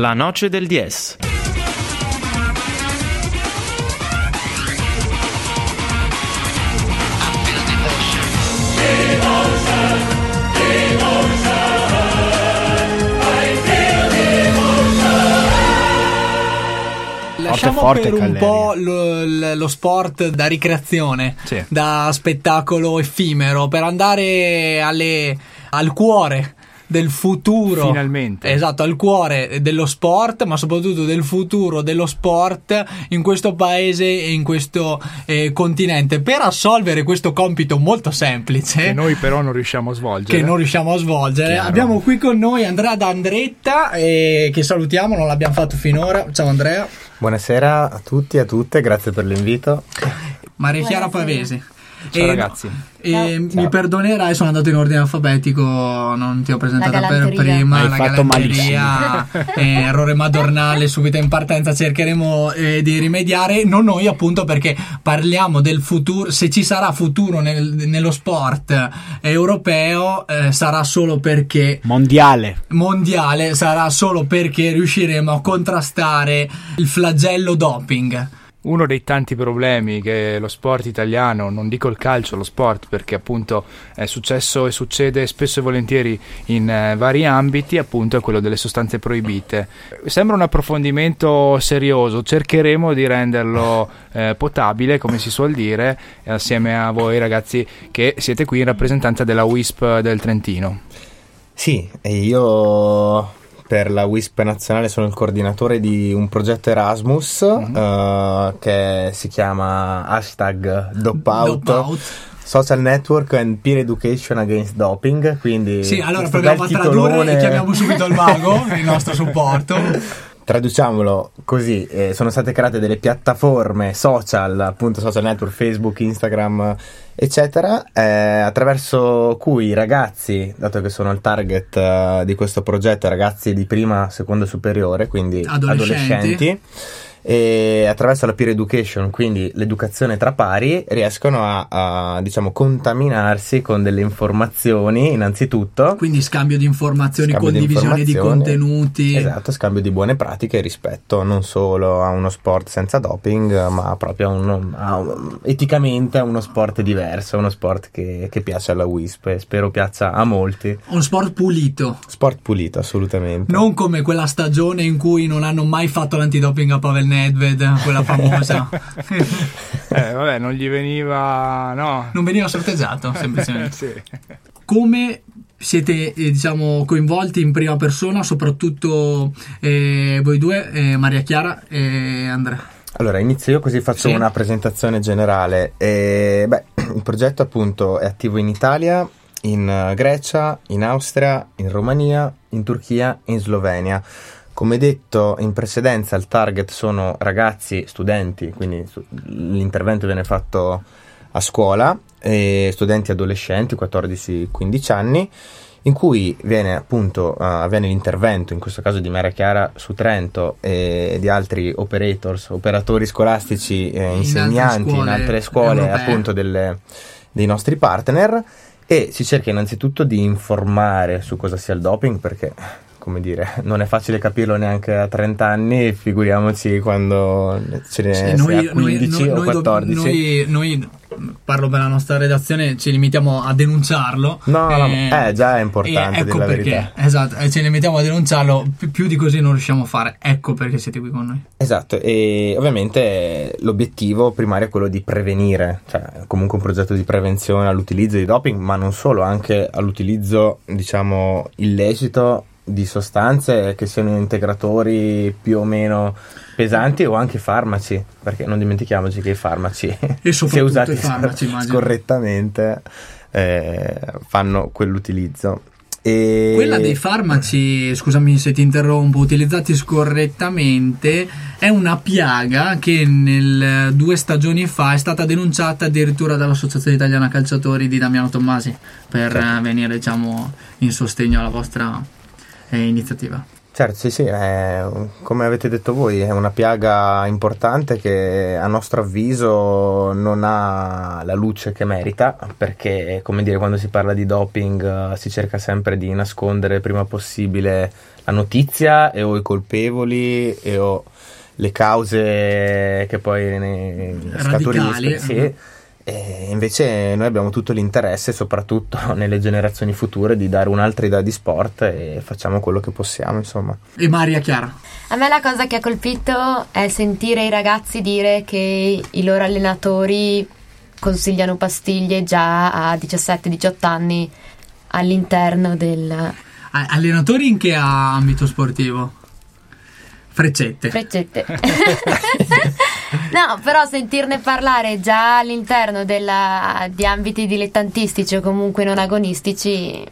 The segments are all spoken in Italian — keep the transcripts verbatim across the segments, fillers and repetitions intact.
La noce del diez. Lasciamo forte, per un Calleria. po' lo, lo sport da ricreazione, Sì. da spettacolo effimero, per andare alle, al cuore del futuro. Finalmente. Esatto, al cuore dello sport, ma soprattutto del futuro dello sport in questo paese e in questo eh, continente, per assolvere questo compito molto semplice Che noi però non riusciamo a svolgere. che non riusciamo a svolgere. Chiaro. Abbiamo qui con noi Andrea D'Andretta, eh, che salutiamo, non l'abbiamo fatto finora. Ciao Andrea. Buonasera a tutti e a tutte, grazie per l'invito. Maria Chiara Buonasera. Pavese. Ciao E- ragazzi. e Ciao. mi perdonerai, sono andato in ordine alfabetico, non ti ho presentata La per galanteria. prima. Hai la fatto galanteria, eh, errore madornale subito in partenza. Cercheremo eh, di rimediare, non noi appunto, perché parliamo del futuro. Se ci sarà futuro nel- nello sport europeo, eh, sarà solo perché Mondiale. mondiale, sarà solo perché riusciremo a contrastare il flagello doping. Uno dei tanti problemi che lo sport italiano, non dico il calcio, lo sport, perché appunto è successo e succede spesso e volentieri in eh, vari ambiti, appunto è quello delle sostanze proibite. Sembra un approfondimento serioso, cercheremo di renderlo eh, potabile, come si suol dire, assieme a voi ragazzi che siete qui in rappresentanza della W I S P del Trentino. Sì, e io per la W I S P nazionale sono il coordinatore di un progetto Erasmus Mhm. eh, che si chiama hashtag Dopout, Dopout. Social Network and Peer Education Against Doping, quindi Sì, allora questo proviamo a bel tradurre titolone. e chiamiamo subito il mago, il nostro supporto. Traduciamolo così, eh, sono state create delle piattaforme social, appunto social network, Facebook, Instagram, eccetera, eh, attraverso cui i ragazzi, dato che sono il target eh, di questo progetto, ragazzi di prima, seconda superiore, quindi Adolescenti. adolescenti, e attraverso la peer education, quindi l'educazione tra pari, riescono a, a diciamo contaminarsi con delle informazioni innanzitutto. Quindi scambio di informazioni, Scambio di condivisione di, informazioni. contenuti. Esatto, scambio di buone pratiche rispetto non solo a uno sport senza doping, ma proprio a uno, a un- eticamente a uno sport diverso, uno sport che, che piace alla W I S P e spero piaccia a molti. Un sport pulito, Sport pulito, assolutamente. non come quella stagione in cui non hanno mai fatto l'antidoping a Pavel Nedved, quella famosa. Eh, vabbè, non gli veniva, no. Non veniva sorteggiato, semplicemente. Sì. Come siete eh, diciamo coinvolti in prima persona, soprattutto eh, voi due, eh, Maria Chiara e Andrea? Allora, inizio io così faccio Sì. una presentazione generale. E, beh, il progetto appunto è attivo in Italia, in eh, Grecia, in Austria, in Romania, in Turchia e in Slovenia. Come detto in precedenza, il target sono ragazzi, studenti, quindi su- l'intervento viene fatto a scuola, e studenti adolescenti, quattordici quindici anni, in cui viene appunto eh, avviene l'intervento, in questo caso di Maria Chiara su Trento e di altri operators, operatori scolastici, eh, In insegnanti altre in scuole altre scuole europee. appunto delle, dei nostri partner, e si cerca innanzitutto di informare su cosa sia il doping, perché come dire, non è facile capirlo neanche a trenta anni, figuriamoci quando ce ne Sì, sia quindici o dov- quattordici. noi- noi, parlo per la nostra redazione, ci limitiamo a denunciarlo. No, no, eh, già è importante, e ecco dire la perché, verità. esatto, eh, ci limitiamo a denunciarlo, pi- più di così non riusciamo a fare. Ecco perché siete qui con noi. Esatto, e ovviamente l'obiettivo primario è quello di prevenire, cioè comunque un progetto di prevenzione all'utilizzo di doping, ma non solo, anche all'utilizzo, diciamo, illecito di sostanze che siano integratori più o meno pesanti o anche farmaci, perché non dimentichiamoci che i farmaci, E se soprattutto usati i farmaci, immagino. scorrettamente, eh, fanno quell'utilizzo. E Quella dei farmaci, scusami se ti interrompo, utilizzati scorrettamente, è una piaga che nel, due stagioni fa è stata denunciata addirittura dall'Associazione Italiana Calciatori di Damiano Tommasi per Certo. eh, venire, diciamo, in sostegno alla vostra eh, iniziativa. Certo, sì, sì, è, come avete detto voi, è una piaga importante che a nostro avviso non ha la luce che merita, perché, come dire, quando si parla di doping uh, si cerca sempre di nascondere il prima possibile la notizia e o i colpevoli e o le cause che poi ne scaturiscono. Sì. E invece noi abbiamo tutto l'interesse, soprattutto nelle generazioni future, di dare un'altra idea di sport e facciamo quello che possiamo, insomma. E Maria Chiara? A me la cosa che ha colpito è sentire i ragazzi dire che i loro allenatori consigliano pastiglie già a diciassette diciotto anni all'interno del... Allenatori in che ambito sportivo? Freccette. Freccette. No, però sentirne parlare già all'interno della, di ambiti dilettantistici o comunque non agonistici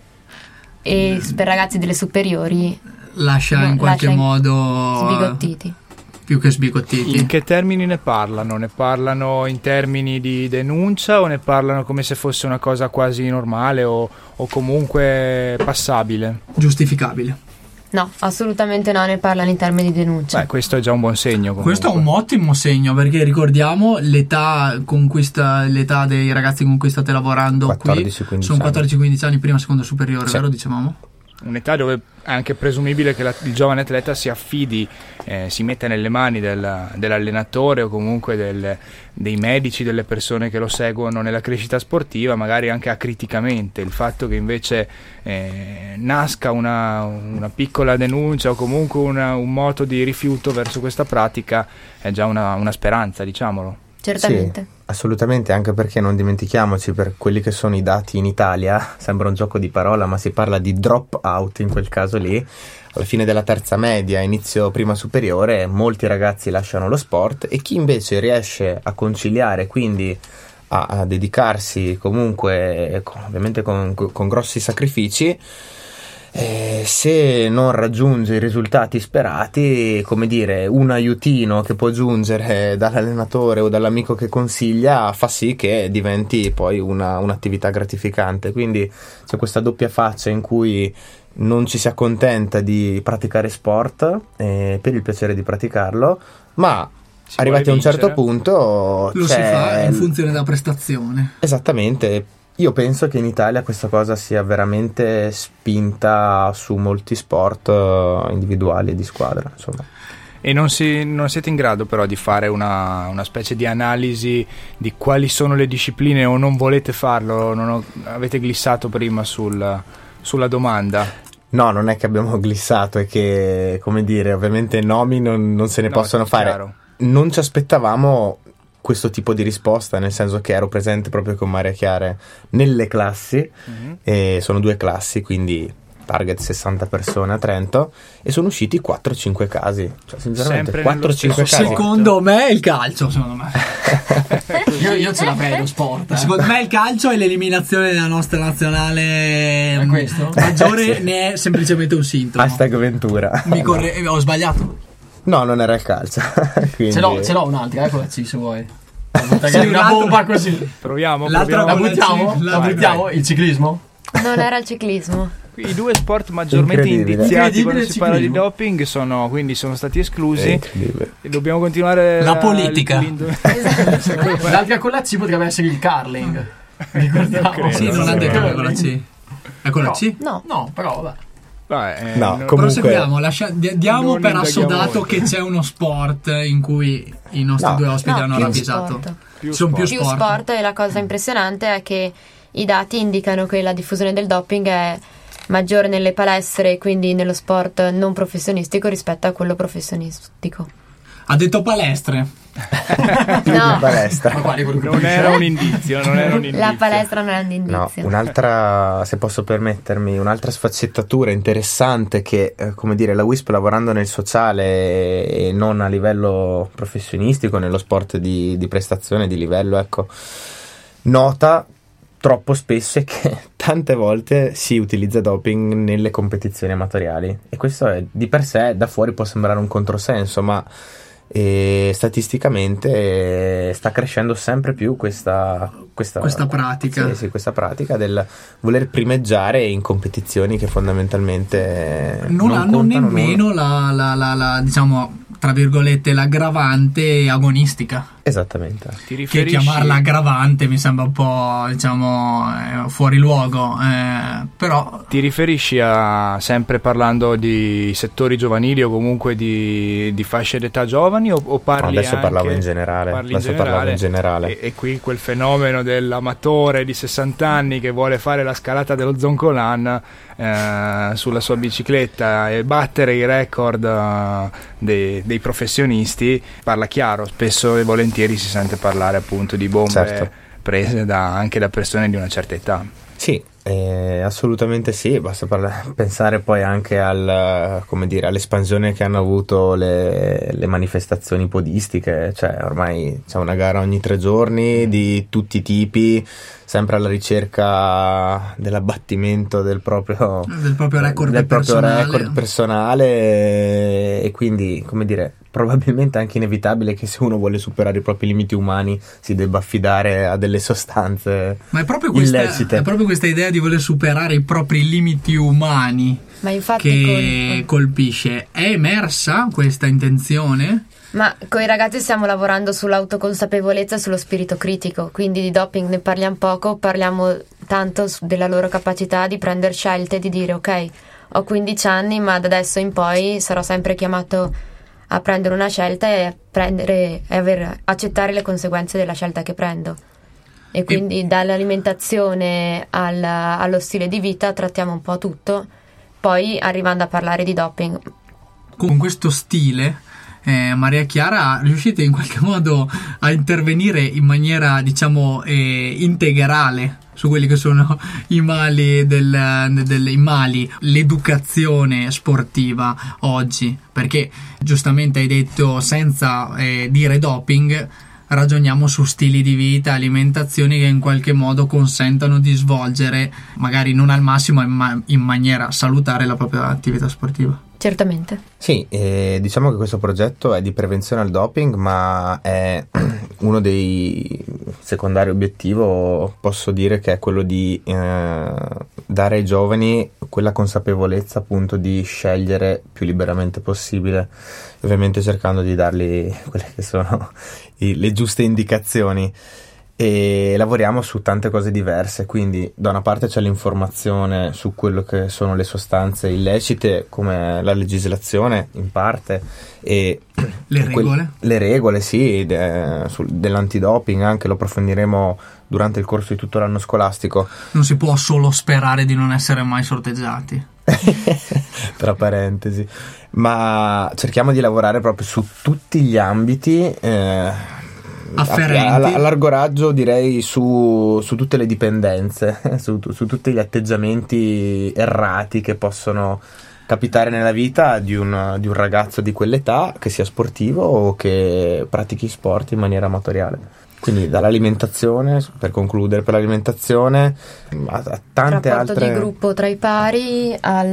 e per ragazzi delle superiori lascia no, in qualche lascia modo sbigottiti. Più che sbigottiti. In che termini ne parlano? Ne parlano in termini di denuncia o ne parlano come se fosse una cosa quasi normale o, o comunque passabile? Giustificabile. No, assolutamente no, ne parlano in termini di denuncia. Beh, questo è già un buon segno. Comunque. Questo è un ottimo segno, perché ricordiamo l'età con cui sta, l'età dei ragazzi con cui state lavorando quattordici, qui sono quattordici quindici anni, prima seconda superiore, sì. Vero dicevamo? Un'età dove è anche presumibile che la, il giovane atleta si affidi, eh, si metta nelle mani del, dell'allenatore o comunque del, dei medici, delle persone che lo seguono nella crescita sportiva, magari anche acriticamente. Il fatto che invece eh, nasca una, una piccola denuncia o comunque una, un moto di rifiuto verso questa pratica è già una, una speranza, diciamolo. Certamente. Sì, assolutamente, anche perché non dimentichiamoci, per quelli che sono i dati in Italia, sembra un gioco di parola, ma si parla di drop out in quel caso lì. Alla fine della terza media, inizio prima superiore, molti ragazzi lasciano lo sport e chi invece riesce a conciliare, quindi a, a dedicarsi comunque, con, ovviamente con, con grossi sacrifici, Eh, se non raggiunge i risultati sperati, come dire, un aiutino che può giungere dall'allenatore o dall'amico che consiglia fa sì che diventi poi una, un'attività gratificante. Quindi c'è questa doppia faccia in cui non ci si accontenta di praticare sport eh, per il piacere di praticarlo, ma si arrivati a un certo punto lo c'è... si fa in funzione della prestazione. Esattamente. Io penso che in Italia questa cosa sia veramente spinta su molti sport individuali e di squadra, insomma. E non, si, non siete in grado però di fare una, una specie di analisi di quali sono le discipline o non volete farlo? Non ho, avete glissato prima sul, sulla domanda? No, non è che abbiamo glissato, è che, come dire, ovviamente nomi non, non se ne no, possono fare. Chiaro. Non ci aspettavamo questo tipo di risposta, nel senso che ero presente proprio con Maria Chiara nelle classi, mm-hmm. e sono due classi, quindi target sessanta persone a Trento, e sono usciti quattro cinque casi, cioè sinceramente quattro cinque casi. Secondo me è il calcio, secondo me. io, io ce la vedo sport, eh. Secondo me il calcio è l'eliminazione della nostra nazionale è questo? maggiore, sì. Ne è semplicemente un sintomo. Hashtag Ventura. Mi corre... eh, ho sbagliato? No, non era il calcio. Quindi... ce l'ho, ce l'ho un'altra, eccola C se vuoi. Sì, una bomba così. Proviamo, L'altra proviamo. La buttiamo? La- La buttiamo? Il ciclismo? Non era il ciclismo. I due sport maggiormente Incredibile. indiziati quando Incredibile si parla di ciclismo. doping sono, quindi sono stati esclusi, Incredibile. e dobbiamo continuare La politica. L'altra con la C potrebbe essere il curling. Ricordiamo. credo. Sì, non ha detto che è con la C. È con la No. C? No. No, però vabbè. Vabbè, eh, No, no, comunque- Proseguiamo, lascia- di- diamo Non per indaghiamo assodato oltre. che c'è uno sport in cui i nostri No. due ospiti No, hanno più ravvisato. sport. più Sono più sport. Più sport. sport, e la cosa impressionante è che i dati indicano che la diffusione del doping è maggiore nelle palestre, quindi nello sport non professionistico, rispetto a quello professionistico. Ha detto palestre. Più No. di palestra. Ma quale quello che Non era un indizio, non era un indizio. La palestra non è un No, indizio. un'altra, se posso permettermi, un'altra sfaccettatura interessante che, eh, come dire, la W I S P lavorando nel sociale e non a livello professionistico, nello sport di, di prestazione, di livello, ecco, nota troppo spesso è che tante volte si utilizza doping nelle competizioni amatoriali, e questo è, di per sé da fuori può sembrare un controsenso, ma e statisticamente sta crescendo sempre più questa questa, questa pratica sì, sì, questa pratica del voler primeggiare in competizioni che fondamentalmente non, non hanno contano nemmeno la, la, la, la diciamo tra virgolette l'aggravante agonistica. Esattamente. Ti Che riferisci... chiamarla aggravante mi sembra un po', diciamo, eh, fuori luogo, eh, però... Ti riferisci a, sempre parlando di settori giovanili o comunque di, di fasce d'età giovani, o, o parli no, adesso anche... parlavo in generale, parli in adesso generale, parlavo in generale. E, e qui quel fenomeno dell'amatore di sessanta anni che vuole fare la scalata dello Zoncolan eh, sulla sua bicicletta e battere i record eh, dei, dei professionisti, parla chiaro, spesso e volentieri si sente parlare appunto di bombe certo. prese da, anche da persone di una certa età. Sì, eh, assolutamente sì, basta parla- pensare poi anche al, come dire, all'espansione che hanno avuto le, le manifestazioni podistiche, cioè ormai c'è una gara ogni tre giorni di tutti i tipi, sempre alla ricerca dell'abbattimento del proprio, del proprio record del proprio personale. record personale e quindi, come dire, probabilmente è anche inevitabile che se uno vuole superare i propri limiti umani si debba affidare a delle sostanze Ma è proprio questa, illecite. è proprio questa idea di voler superare i propri limiti umani Ma infatti che con... colpisce. È emersa questa intenzione? Ma con i ragazzi stiamo lavorando sull'autoconsapevolezza e sullo spirito critico, quindi di doping ne parliamo poco, parliamo tanto su- della loro capacità di prendere scelte, di dire ok, ho quindici anni ma da adesso in poi sarò sempre chiamato a prendere una scelta e a prendere e aver, accettare le conseguenze della scelta che prendo. E quindi dall'alimentazione al, allo stile di vita trattiamo un po' tutto, poi arrivando a parlare di doping. Con questo stile, eh, Maria Chiara, riuscite in qualche modo a intervenire in maniera, diciamo, eh, integrale su quelli che sono i mali del, del i mali, l'educazione sportiva oggi? Perché giustamente hai detto, senza eh, dire doping, ragioniamo su stili di vita, alimentazioni che in qualche modo consentano di svolgere, magari non al massimo, ma in maniera salutare la propria attività sportiva. Certamente. Sì, eh, diciamo che questo progetto è di prevenzione al doping, ma è uno dei secondari obiettivo, posso dire che è quello di eh, dare ai giovani quella consapevolezza appunto di scegliere più liberamente possibile, ovviamente cercando di dargli quelle che sono i, le giuste indicazioni. E lavoriamo su tante cose diverse, quindi da una parte c'è l'informazione su quello che sono le sostanze illecite, come la legislazione in parte, e Le quel- regole? le regole sì, de- sul- dell'antidoping anche, lo approfondiremo durante il corso di tutto l'anno scolastico. Non si può solo sperare di non essere mai sorteggiati. Tra parentesi, ma cerchiamo di lavorare proprio su tutti gli ambiti eh, Afferenti. a, a, a largo raggio, direi su, su tutte le dipendenze, su, su tutti gli atteggiamenti errati che possono capitare nella vita di un, di un ragazzo di quell'età, che sia sportivo o che pratichi sport in maniera amatoriale. Quindi dall'alimentazione, per concludere, per l'alimentazione a, a tante rapporto altre... di gruppo tra i pari,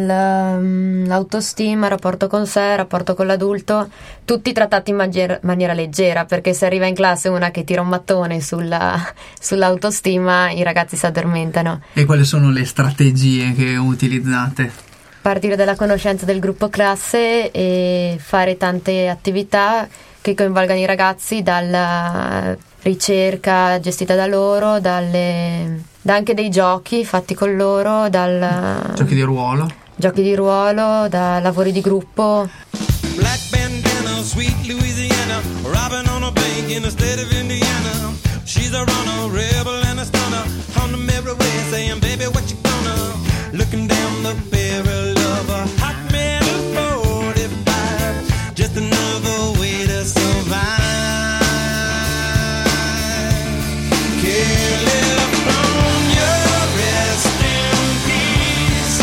all'autostima, rapporto con sé, rapporto con l'adulto, tutti trattati in maniera, maniera leggera, perché se arriva in classe una che tira un mattone sulla, sull'autostima, i ragazzi si addormentano. E quali sono le strategie che utilizzate? Partire dalla conoscenza del gruppo classe e fare tante attività che coinvolgano i ragazzi, dalla ricerca gestita da loro, dalle, da anche dei giochi fatti con loro, dal Giochi di ruolo? giochi di ruolo, da lavori di gruppo. Black bandana, sweet Louisiana, robbing on a bank in the state of Indiana. She's a runner, rebel and a stunner, on the merry way saying, baby, what you gonna? Looking down the barrel of a hot metal forty-five, just another way to survive. California, rest in peace,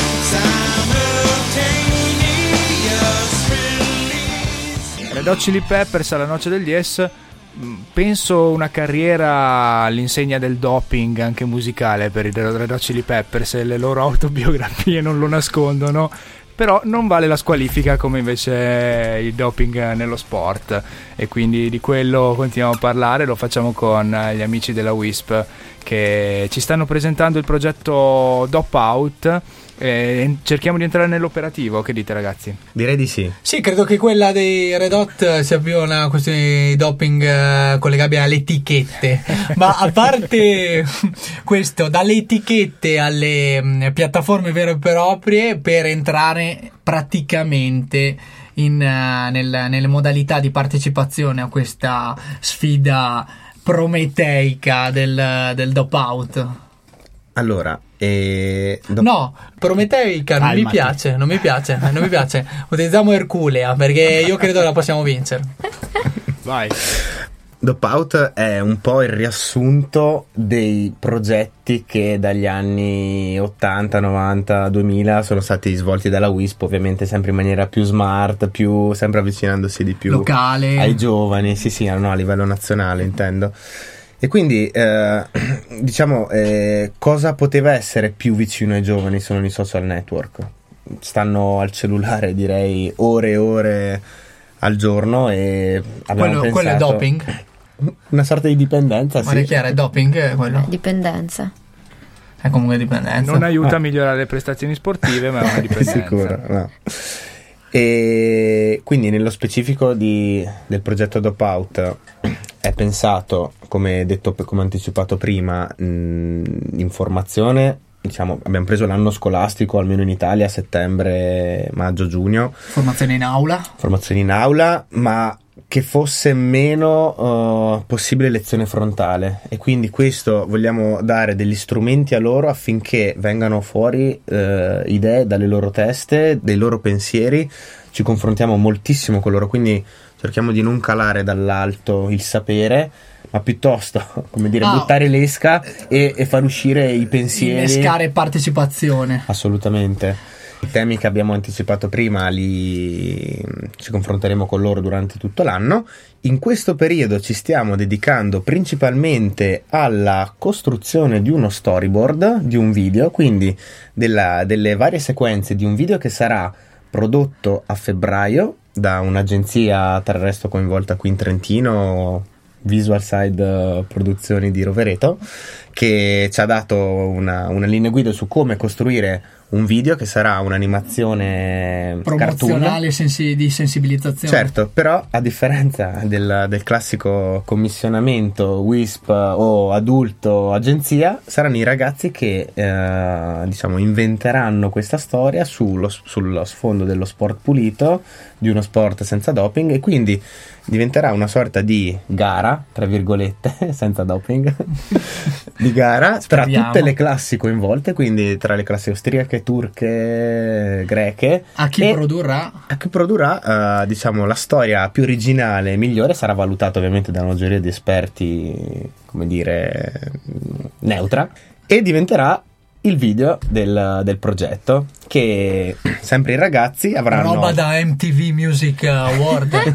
simultaneous release. Red Hot Chili Peppers alla noce del Yes, penso una carriera all'insegna del doping anche musicale per i Red Hot Chili Peppers, e le loro autobiografie non lo nascondono, però non vale la squalifica come invece il doping nello sport. e quindi di quello continuiamo a parlare. Lo facciamo con gli amici della W I S P che ci stanno presentando il progetto Dop Out e cerchiamo di entrare nell'operativo. Che dite, ragazzi? Direi di sì. Sì, credo che quella dei Red Hot sia più una questione di doping eh, collegabile alle etichette. Ma a parte questo, dalle etichette alle mh, piattaforme vere e proprie per entrare praticamente in, uh, nel, nelle modalità di partecipazione a questa sfida prometeica del, del Dop Out. Allora, e... dop- No, prometeica non mi Calmati. piace, non mi piace, non mi piace. Utilizziamo Herculea perché io credo che la possiamo vincere. Vai. Dop Out è un po' il riassunto dei progetti che dagli anni ottanta, novanta, duemila sono stati svolti dalla W I S P, ovviamente sempre in maniera più smart, più sempre avvicinandosi di più Locale. ai giovani, sì sì, no, a livello nazionale intendo. E quindi eh, diciamo eh, cosa poteva essere più vicino ai giovani sono i social network. Stanno al cellulare, direi, ore e ore al giorno e abbiamo Quello, pensato... quello è doping? Una sorta di dipendenza, Ma sì. è chiaro, è doping eh, quello? Dipendenza. È comunque dipendenza. Non aiuta Ah. a migliorare le prestazioni sportive, ma è una dipendenza. Sicuro, no. E quindi nello specifico di, del progetto Dop Out è pensato, come detto, come anticipato prima, mh, informazione. Diciamo, abbiamo preso l'anno scolastico, almeno in Italia, settembre, maggio, giugno. Formazione in aula. Formazione in aula, ma che fosse meno uh, possibile lezione frontale, e quindi questo vogliamo dare degli strumenti a loro affinché vengano fuori uh, idee dalle loro teste, dei loro pensieri. Ci confrontiamo moltissimo con loro, quindi cerchiamo di non calare dall'alto il sapere, ma piuttosto, come dire, Ah. buttare l'esca e, e far uscire i pensieri. Innescare partecipazione. Assolutamente. I temi che abbiamo anticipato prima li ci confronteremo con loro durante tutto l'anno. In questo periodo ci stiamo dedicando principalmente alla costruzione di uno storyboard, di un video, quindi della, delle varie sequenze di un video che sarà prodotto a febbraio da un'agenzia, tra il resto coinvolta qui in Trentino, Visual Side Produzioni di Rovereto, che ci ha dato una, una linea guida su come costruire un video che sarà un'animazione Promozionale cartoon. sensi- di sensibilizzazione. Certo, però a differenza del, del classico commissionamento W I S P o adulto agenzia, saranno i ragazzi che eh, diciamo inventeranno questa storia sullo, sullo sfondo dello sport pulito, di uno sport senza doping, e quindi diventerà una sorta di gara, tra virgolette, senza doping, di gara tra Speriamo. tutte le classi coinvolte, quindi tra le classi austriache, turche, greche. A chi e produrrà? a chi produrrà, eh, diciamo, la storia più originale e migliore sarà valutata ovviamente da una giuria di esperti, come dire, neutra, e diventerà il video del, del progetto, che sempre i ragazzi avranno... Roba da M T V Music Award.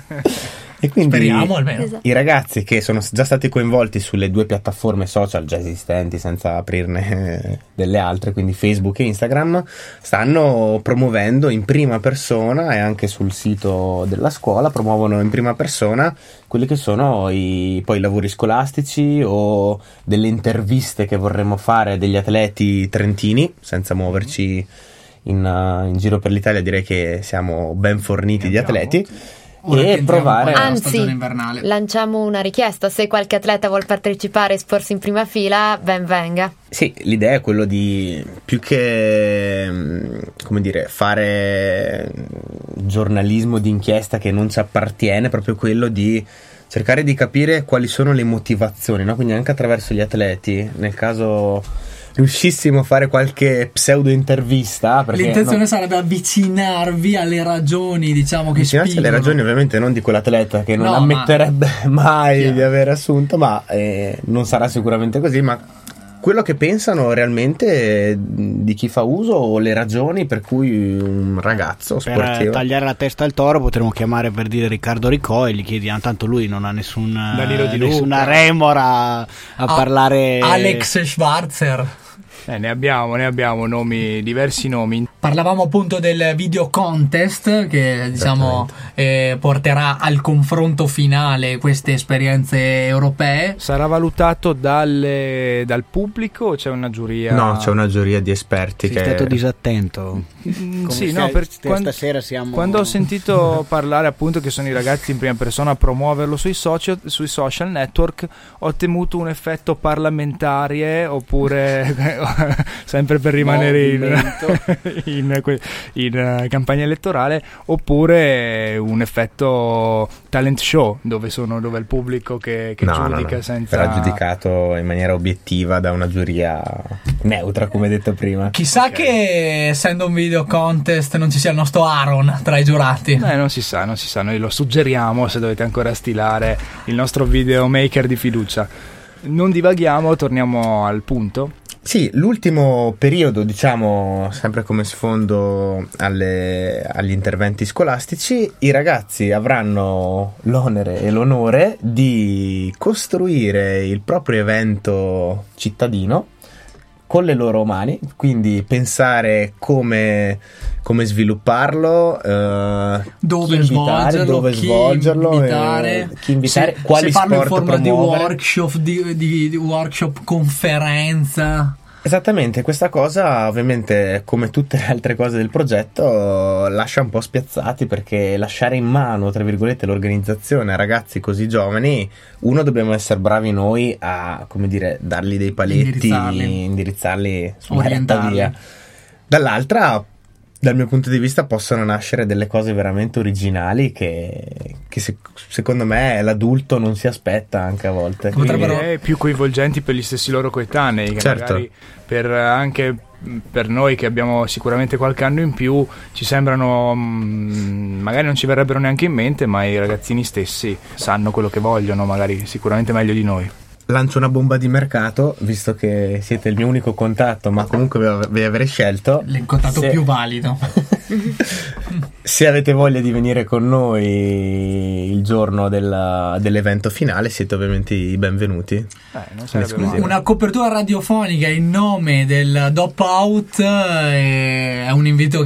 E quindi Speriamo almeno. Esatto. i ragazzi che sono già stati coinvolti sulle due piattaforme social già esistenti, senza aprirne delle altre, quindi Facebook e Instagram, stanno promuovendo in prima persona, e anche sul sito della scuola promuovono in prima persona quelli che sono i, poi i lavori scolastici o delle interviste che vorremmo fare degli atleti trentini, senza muoverci in, uh, in giro per l'Italia. Direi che siamo ben forniti di atleti. Ora che E entriamo provare poi nella Anzi, stagione invernale. lanciamo una richiesta: se qualche atleta vuol partecipare e esporsi in prima fila, ben venga. Sì, l'idea è quello di, più che mm, come dire, fare giornalismo di inchiesta che non ci appartiene, proprio quello di cercare di capire quali sono le motivazioni, no? Quindi anche attraverso gli atleti, nel caso riuscissimo a fare qualche pseudo intervista, perché L'intenzione no, sarebbe avvicinarvi alle ragioni, diciamo, che avvicinarsi alle spingono. ragioni ovviamente non di quell'atleta che non No, ammetterebbe mai Chiaro. di aver assunto, ma eh, non sarà sicuramente così, ma quello che pensano realmente di chi fa uso, o le ragioni per cui un ragazzo Per sportivo... tagliare la testa al toro potremmo chiamare, per dire, Riccardo Ricò e gli chiediamo, tanto lui non ha nessun, Danilo Di nessuna Luca. remora a, Ah, parlare. Alex Schwarzer. Eh, ne abbiamo, ne abbiamo nomi, diversi nomi. Parlavamo appunto del video contest che diciamo eh, porterà al confronto finale queste esperienze europee. Sarà valutato dalle, dal pubblico o c'è una giuria? No, c'è una giuria di esperti. Sei che stato disattento. Mm, Come sì, stai- no, per, st- quando, stasera siamo quando ho sentito parlare appunto che sono i ragazzi in prima persona a promuoverlo sui social, sui social network, ho temuto un effetto parlamentare oppure sempre per rimanere in, in, que- in uh, campagna elettorale, oppure un effetto talent show dove sono dove è il pubblico che, che No, giudica no, no. senza Verrà giudicato in maniera obiettiva da una giuria neutra, come detto prima. Chissà Ok. che essendo un video contest non ci sia il nostro Aaron tra i giurati. Eh, non si sa, non si sa, noi lo suggeriamo se dovete ancora stilare il nostro videomaker di fiducia. Non divaghiamo, torniamo al punto. Sì, l'ultimo periodo, diciamo, sempre come sfondo alle- agli interventi scolastici, i ragazzi avranno l'onere e l'onore di costruire il proprio evento cittadino con le loro mani, quindi pensare come, come svilupparlo, eh, Dove chi invitare, svolgerlo, dove chi svolgerlo, invitare, eh, chi invitare, se, quali se farlo in sport forma di promuovere. workshop, di, di- di workshop, conferenza. Esattamente, questa cosa ovviamente come tutte le altre cose del progetto lascia un po' spiazzati, perché lasciare in mano, tra virgolette, l'organizzazione a ragazzi così giovani, uno, dobbiamo essere bravi noi a, come dire, dargli dei paletti, Indirizzarli. indirizzarli sulla retta Orientarli. via. Dall'altra, dal mio punto di vista, possono nascere delle cose veramente originali che, che se- secondo me l'adulto non si aspetta anche a volte. Potrebbero- E più coinvolgenti per gli stessi loro coetanei, che Certo. magari per anche mh, per noi che abbiamo sicuramente qualche anno in più ci sembrano mh, magari non ci verrebbero neanche in mente, ma i ragazzini stessi sanno quello che vogliono, magari sicuramente meglio di noi. Lancio una bomba di mercato, visto che siete il mio unico contatto, ma comunque ve- vi avrei scelto. Il contatto Se- più valido. Se avete voglia di venire con noi il giorno della- dell'evento finale, siete ovviamente i benvenuti. Eh, non sarebbe Esclusivo. male. Una copertura radiofonica in nome del Dop Out eh, è un invito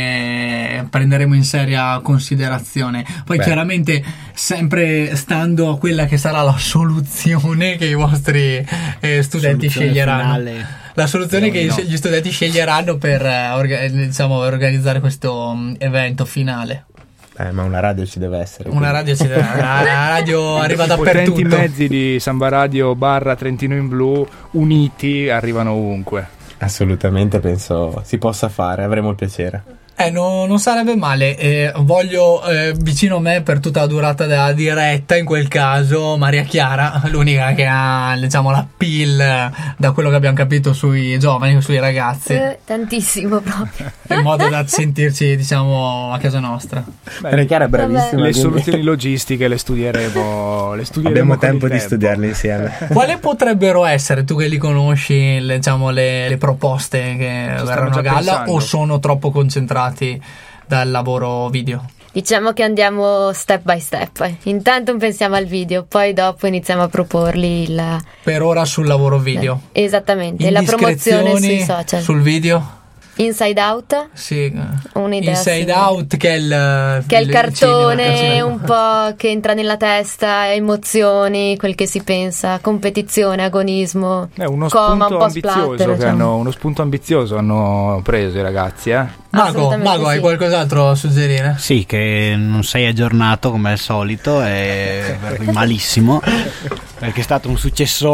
che prenderemo in seria considerazione. Poi Beh. chiaramente sempre stando a quella che sarà la soluzione che i vostri eh, studenti Soluzione sceglieranno. finale. La soluzione che Speriamo di no. gli studenti sceglieranno per eh, orga- diciamo, organizzare questo mm, evento finale. Eh, ma una radio ci deve essere. Una radio, ci deve- la la radio arriva I potenti dappertutto. mezzi di Samba Radio barra Trentino in Blu uniti arrivano ovunque. Assolutamente, penso si possa fare, avremo il piacere. Eh, no- non sarebbe male. Eh, voglio eh, vicino a me per tutta la durata della diretta, in quel caso, Maria Chiara, l'unica che ha, diciamo, l'appeal eh, da quello che abbiamo capito sui giovani, sui ragazzi, Eh, tantissimo proprio. in modo da sentirci, diciamo, a casa nostra. Maria Chiara è bravissima. Le quindi soluzioni logistiche le studieremo, le studieremo abbiamo con il tempo di studiarle insieme. Quali potrebbero essere, tu che li conosci, le, diciamo, le, le proposte che stanno verranno già a galla, pensando. o sono troppo concentrati dal lavoro video? Diciamo che andiamo step by step. Intanto pensiamo al video, poi dopo iniziamo a proporli il... Per ora sul lavoro video. Esattamente, la promozione sui Indiscrezioni social. sul video? Inside Out, Sì. un'idea Inside simile. Out, che è il Che è il cartone, cinema, un po' che entra nella testa, emozioni, quel che si pensa, competizione, agonismo, È uno coma, spunto un po' ambizioso splatter, che diciamo. hanno, uno spunto ambizioso hanno preso i ragazzi, eh. Mago, Assolutamente Mago, hai sì. qualcos'altro da suggerire? Sì, che non sei aggiornato come al solito, è malissimo, perché è stato un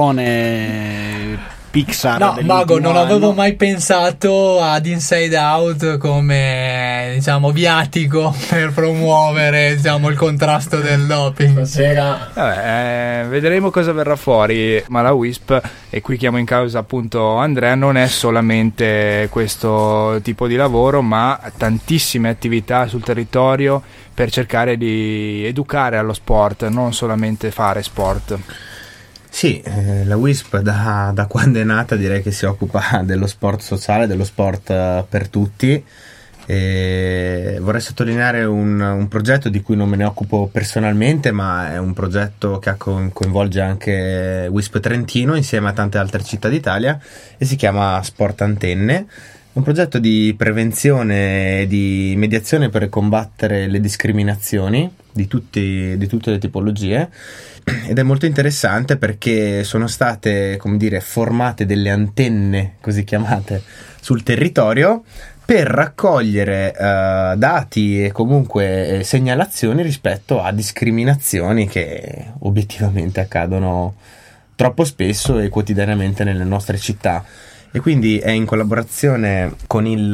successone Pixar. No, dell'ultimo Mago, non avevo anno. mai pensato ad Inside Out come, diciamo, viatico per promuovere, diciamo, il contrasto del doping. Stasera Vabbè, eh, vedremo cosa verrà fuori, ma la W I S P, e qui chiamo in causa appunto Andrea, non è solamente questo tipo di lavoro, ma tantissime attività sul territorio per cercare di educare allo sport, non solamente fare sport. Sì, eh, la W I S P da, da quando è nata direi che si occupa dello sport sociale, dello sport eh, per tutti, E vorrei sottolineare un, un progetto di cui non me ne occupo personalmente, ma è un progetto che co- coinvolge anche WISP Trentino insieme a tante altre città d'Italia e si chiama Sport Antenne. Un progetto di prevenzione e di mediazione per combattere le discriminazioni di, tutti, di tutte le tipologie, ed è molto interessante perché sono state, come dire, formate delle antenne, così chiamate, sul territorio per raccogliere uh, dati e comunque eh, segnalazioni rispetto a discriminazioni che obiettivamente accadono troppo spesso e quotidianamente nelle nostre città. E quindi è in collaborazione con il,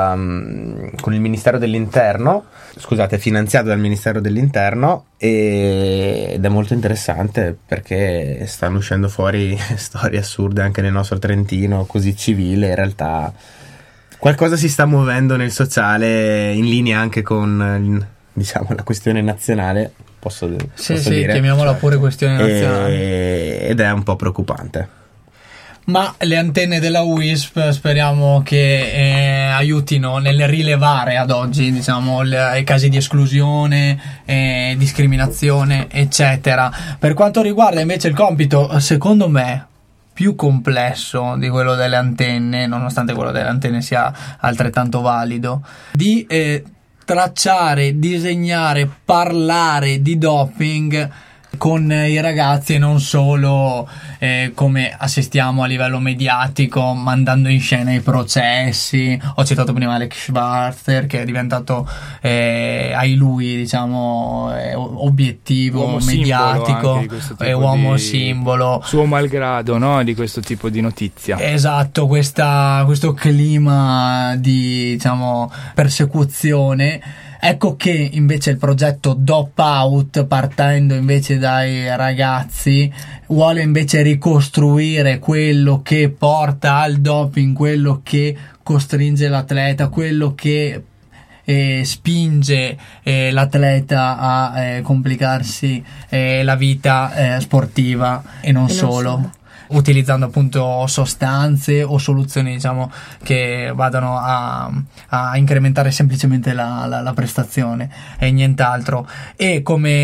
um, con il Ministero dell'Interno, scusate, è finanziato dal Ministero dell'Interno, e, ed è molto interessante perché stanno uscendo fuori storie assurde anche nel nostro Trentino, così civile. In realtà qualcosa si sta muovendo nel sociale in linea anche con, diciamo, la questione nazionale, posso, sì, posso sì, dire. chiamiamola pure questione nazionale. E, ed è un po' preoccupante. Ma le antenne della WISP speriamo che eh, aiutino nel rilevare ad oggi, diciamo, le, i casi di esclusione, eh, discriminazione, eccetera. Per quanto riguarda invece il compito, secondo me più complesso di quello delle antenne, nonostante quello delle antenne sia altrettanto valido, di eh, tracciare, disegnare, parlare di doping con i ragazzi, e non solo eh, come assistiamo a livello mediatico, mandando in scena i processi. Ho citato prima Alex Schwarzer, che è diventato eh, ai lui, diciamo, eh, obiettivo uomo mediatico e uomo di, simbolo, suo malgrado, no? Di questo tipo di notizia. Esatto, questa, questo clima di, diciamo, persecuzione. Ecco che invece il progetto Dop Out, partendo invece dai ragazzi, vuole invece ricostruire quello che porta al doping, quello che costringe l'atleta, quello che eh, spinge eh, l'atleta a eh, complicarsi eh, la vita eh, sportiva e non, e non solo. solo. Utilizzando appunto sostanze o soluzioni, diciamo, che vadano a, a incrementare semplicemente la, la, la prestazione e nient'altro. E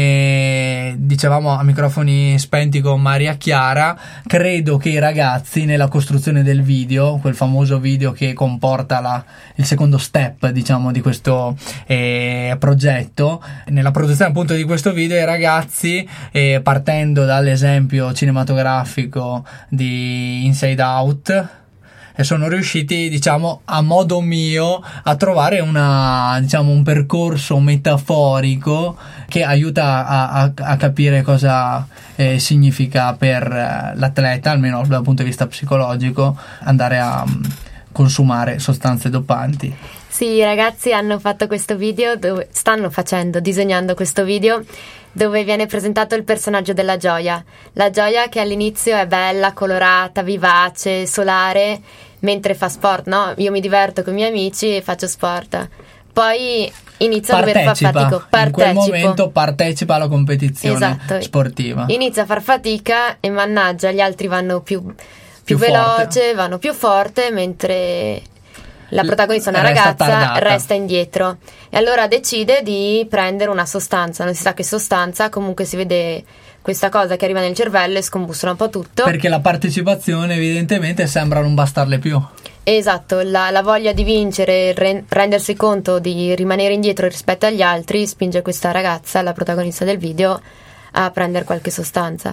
come dicevamo a microfoni spenti con Maria Chiara, credo che i ragazzi nella costruzione del video, quel famoso video che comporta la, il secondo step, diciamo, di questo eh, progetto, nella produzione appunto di questo video, i ragazzi eh, partendo dall'esempio cinematografico di Inside Out e sono riusciti, diciamo, a modo mio a trovare una, diciamo, un percorso metaforico che aiuta a, a, a capire cosa eh, significa per l'atleta, almeno dal punto di vista psicologico, andare a um, consumare sostanze dopanti. Sì, i ragazzi hanno fatto questo video, dove stanno facendo, disegnando questo video dove viene presentato il personaggio della Gioia. La Gioia che all'inizio è bella, colorata, vivace, solare, mentre fa sport, no? Io mi diverto con i miei amici e faccio sport. Poi inizia a dover far fatica. In quel momento partecipa alla competizione esatto. sportiva. Inizia a far fatica e mannaggia, gli altri vanno più, più, più veloce, forte. vanno più forte, mentre la protagonista, una resta ragazza, tardata. resta indietro e allora decide di prendere una sostanza, non si sa che sostanza, comunque si vede questa cosa che arriva nel cervello e scombussola un po' tutto. Perché la partecipazione evidentemente sembra non bastarle più. Esatto, la, la voglia di vincere, re, rendersi conto di rimanere indietro rispetto agli altri, spinge questa ragazza, la protagonista del video, a prendere qualche sostanza.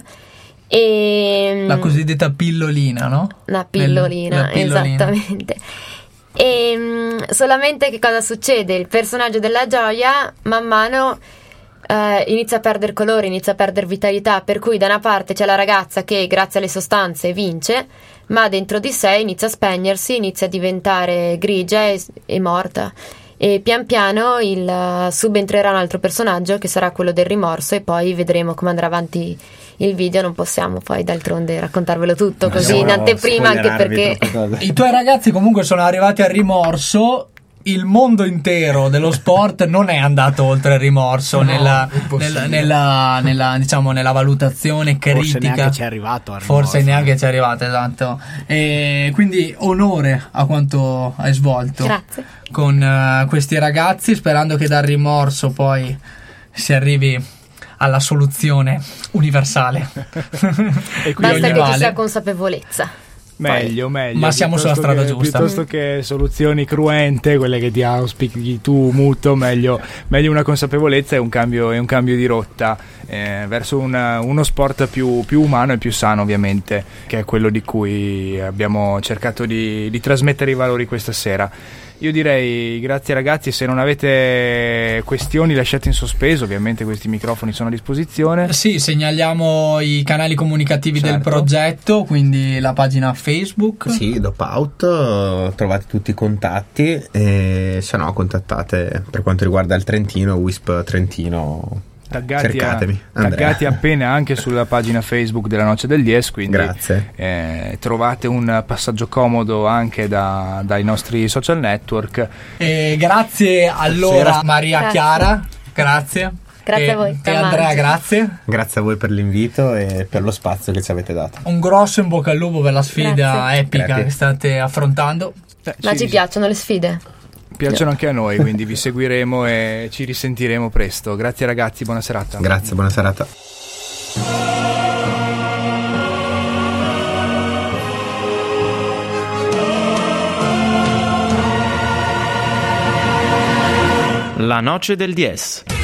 E la cosiddetta pillolina, no? Una pillolina, Nel, pillolina. esattamente. E um, solamente che cosa succede? Il personaggio della Gioia man mano uh, inizia a perdere colore, inizia a perdere vitalità, per cui da una parte c'è la ragazza che grazie alle sostanze vince, ma dentro di sé inizia a spegnersi, inizia a diventare grigia e, e morta. E pian piano il, uh, subentrerà un altro personaggio che sarà quello del rimorso e poi vedremo come andrà avanti il video. Non possiamo poi d'altronde raccontarvelo tutto no, così in anteprima, anche perché i tuoi ragazzi comunque sono arrivati al rimorso il mondo intero dello sport non è andato oltre il rimorso No, nella, impossibile. nella, nella, nella, diciamo, nella valutazione critica. Forse neanche ci è arrivato al Forse rimorso. neanche ci è arrivato, esatto. E quindi onore a quanto hai svolto Grazie. con eh, questi ragazzi, sperando che dal rimorso poi si arrivi alla soluzione universale. E Basta ogni che ci male. sia consapevolezza. Meglio, meglio. Ma siamo sulla Piuttosto strada che- giusta. Piuttosto che soluzioni cruente, quelle che ti auspichi tu muto, meglio, meglio una consapevolezza e un cambio, e un cambio di rotta eh, verso una- uno sport più, più umano e più sano, ovviamente, che è quello di cui abbiamo cercato di, di trasmettere i valori questa sera. Io direi grazie ragazzi, se non avete questioni lasciate in sospeso, ovviamente questi microfoni sono a disposizione. Sì, segnaliamo i canali comunicativi del Certo. progetto, quindi la pagina Facebook. Sì, dopo out eh, trovate tutti i contatti e se no contattate per quanto riguarda il Trentino, W I S P Trentino. Taggati, a, Cercatemi, Andrea. taggati appena anche sulla pagina Facebook della Noce del Dies, quindi Grazie. eh, trovate un passaggio comodo anche da- dai nostri social network. E grazie allora Buonasera. Maria Grazie. Chiara, grazie. Grazie E- a voi, E Andrea, Tamaggi. grazie. Grazie a voi per l'invito e per lo spazio che ci avete dato. Un grosso in bocca al lupo per la sfida Grazie. epica Grazie. che state affrontando. Eh, Ma ci ci piacciono le sfide? piacciono anche a noi, quindi vi seguiremo e ci risentiremo presto. Grazie ragazzi, buona serata. Grazie, buona serata. La Noce del Dies.